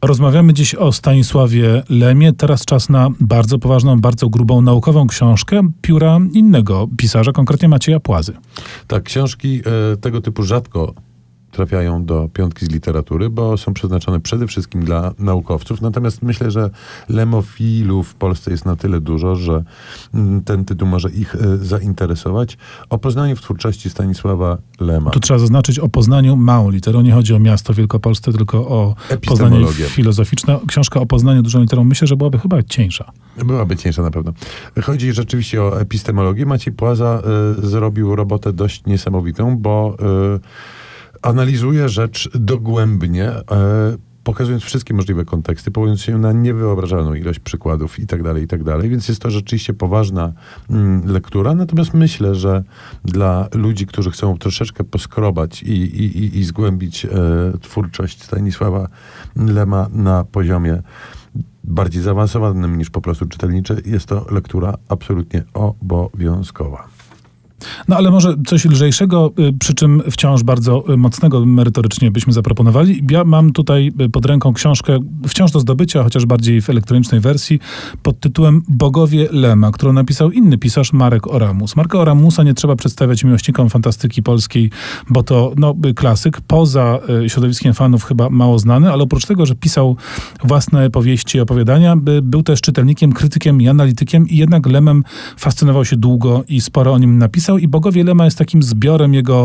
Rozmawiamy dziś o Stanisławie Lemie. Teraz czas na bardzo poważną, bardzo grubą naukową książkę pióra innego pisarza, konkretnie Macieja Płazy. Tak, książki tego typu rzadko trafiają do piątki z literatury, bo są przeznaczone przede wszystkim dla naukowców. Natomiast myślę, że lemofilów w Polsce jest na tyle dużo, że ten tytuł może ich zainteresować. O Poznaniu w twórczości Stanisława Lema. Tu trzeba zaznaczyć o Poznaniu małą literą. Nie chodzi o miasto Wielkopolsce, tylko o Poznanie filozoficzne. Książka o Poznaniu dużą literą myślę, że byłaby chyba cieńsza. Byłaby cieńsza na pewno. Chodzi rzeczywiście o epistemologię. Maciej Płaza zrobił robotę dość niesamowitą, bo analizuje rzecz dogłębnie, pokazując wszystkie możliwe konteksty, powołując się na niewyobrażalną ilość przykładów i tak dalej, więc jest to rzeczywiście poważna lektura, natomiast myślę, że dla ludzi, którzy chcą troszeczkę poskrobać i zgłębić twórczość Stanisława Lema na poziomie bardziej zaawansowanym niż po prostu czytelniczy, jest to lektura absolutnie obowiązkowa. No ale może coś lżejszego, przy czym wciąż bardzo mocnego merytorycznie byśmy zaproponowali. Ja mam tutaj pod ręką książkę, wciąż do zdobycia, chociaż bardziej w elektronicznej wersji, pod tytułem Bogowie Lema, którą napisał inny pisarz, Marek Oramus. Marka Oramusa nie trzeba przedstawiać miłośnikom fantastyki polskiej, bo to klasyk, poza środowiskiem fanów chyba mało znany, ale oprócz tego, że pisał własne powieści i opowiadania, był też czytelnikiem, krytykiem i analitykiem i jednak Lemem fascynował się długo i sporo o nim napisał. I Bogowie Lema jest takim zbiorem jego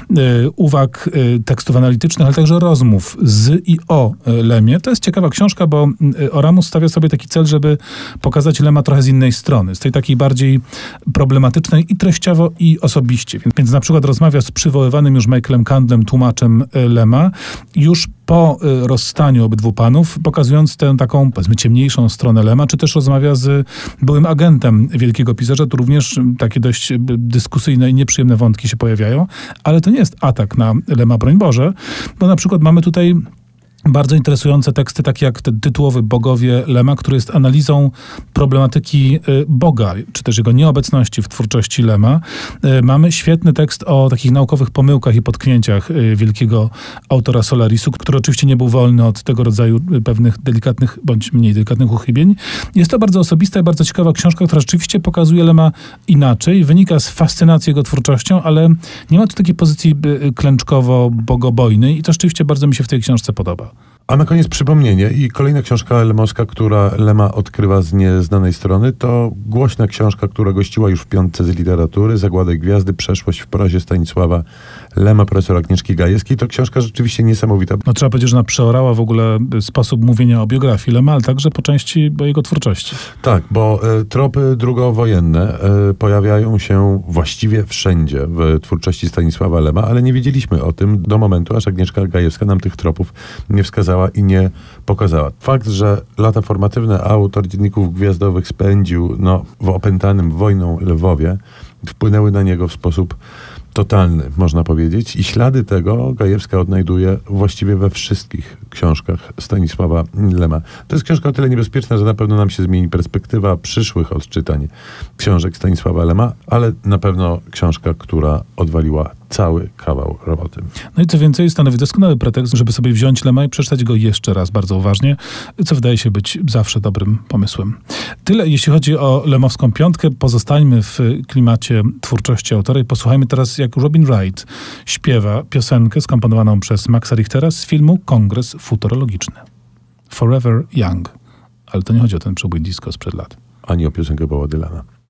uwag, tekstów analitycznych, ale także rozmów z i o Lemie. To jest ciekawa książka, bo Oramus stawia sobie taki cel, żeby pokazać Lema trochę z innej strony, z tej takiej bardziej problematycznej i treściowo, i osobiście. Więc na przykład rozmawia z przywoływanym już Michaelem Candlem, tłumaczem Lema, już po rozstaniu obydwu panów, pokazując tę taką, powiedzmy, ciemniejszą stronę Lema, czy też rozmawia z byłym agentem wielkiego pisarza. Tu również takie dość dyskusyjne i nieprzyjemne wątki się pojawiają, ale to nie jest atak na Lema, broń Boże, bo na przykład mamy tutaj bardzo interesujące teksty, takie jak ten tytułowy Bogowie Lema, który jest analizą problematyki Boga, czy też jego nieobecności w twórczości Lema. Mamy świetny tekst o takich naukowych pomyłkach i potknięciach wielkiego autora Solarisu, który oczywiście nie był wolny od tego rodzaju pewnych delikatnych bądź mniej delikatnych uchybień. Jest to bardzo osobista i bardzo ciekawa książka, która rzeczywiście pokazuje Lema inaczej, wynika z fascynacji jego twórczością, ale nie ma tu takiej pozycji klęczkowo-bogobojnej i to rzeczywiście bardzo mi się w tej książce podoba. A na koniec przypomnienie i kolejna książka lemowska, która Lema odkrywa z nieznanej strony, to głośna książka, która gościła już w piątce z literatury, Zagłady Gwiazdy, przeszłość w prozie Stanisława Lema, profesora Agnieszki Gajewskiej. To książka rzeczywiście niesamowita. No trzeba powiedzieć, że ona przeorała w ogóle sposób mówienia o biografii Lema, ale także po części o jego twórczości. Tak, bo tropy drugowojenne pojawiają się właściwie wszędzie w twórczości Stanisława Lema, ale nie wiedzieliśmy o tym do momentu, aż Agnieszka Gajewska nam tych tropów nie wskazała i nie pokazała. Fakt, że lata formatywne autor Dzienników Gwiazdowych spędził w opętanym wojną Lwowie, wpłynęły na niego w sposób totalny, można powiedzieć. I ślady tego Gajewska odnajduje właściwie we wszystkich książkach Stanisława Lema. To jest książka o tyle niebezpieczna, że na pewno nam się zmieni perspektywa przyszłych odczytań książek Stanisława Lema, ale na pewno książka, która odwaliła cały kawał roboty. No i co więcej, stanowi doskonały pretekst, żeby sobie wziąć Lema i przeczytać go jeszcze raz bardzo uważnie, co wydaje się być zawsze dobrym pomysłem. Tyle, jeśli chodzi o lemowską piątkę. Pozostańmy w klimacie twórczości autora i posłuchajmy teraz, jak Robin Wright śpiewa piosenkę skomponowaną przez Maxa Richtera z filmu Kongres Futurologiczny. Forever Young. Ale to nie chodzi o ten przebój disco sprzed lat. Ani o piosenkę Boba Dylana.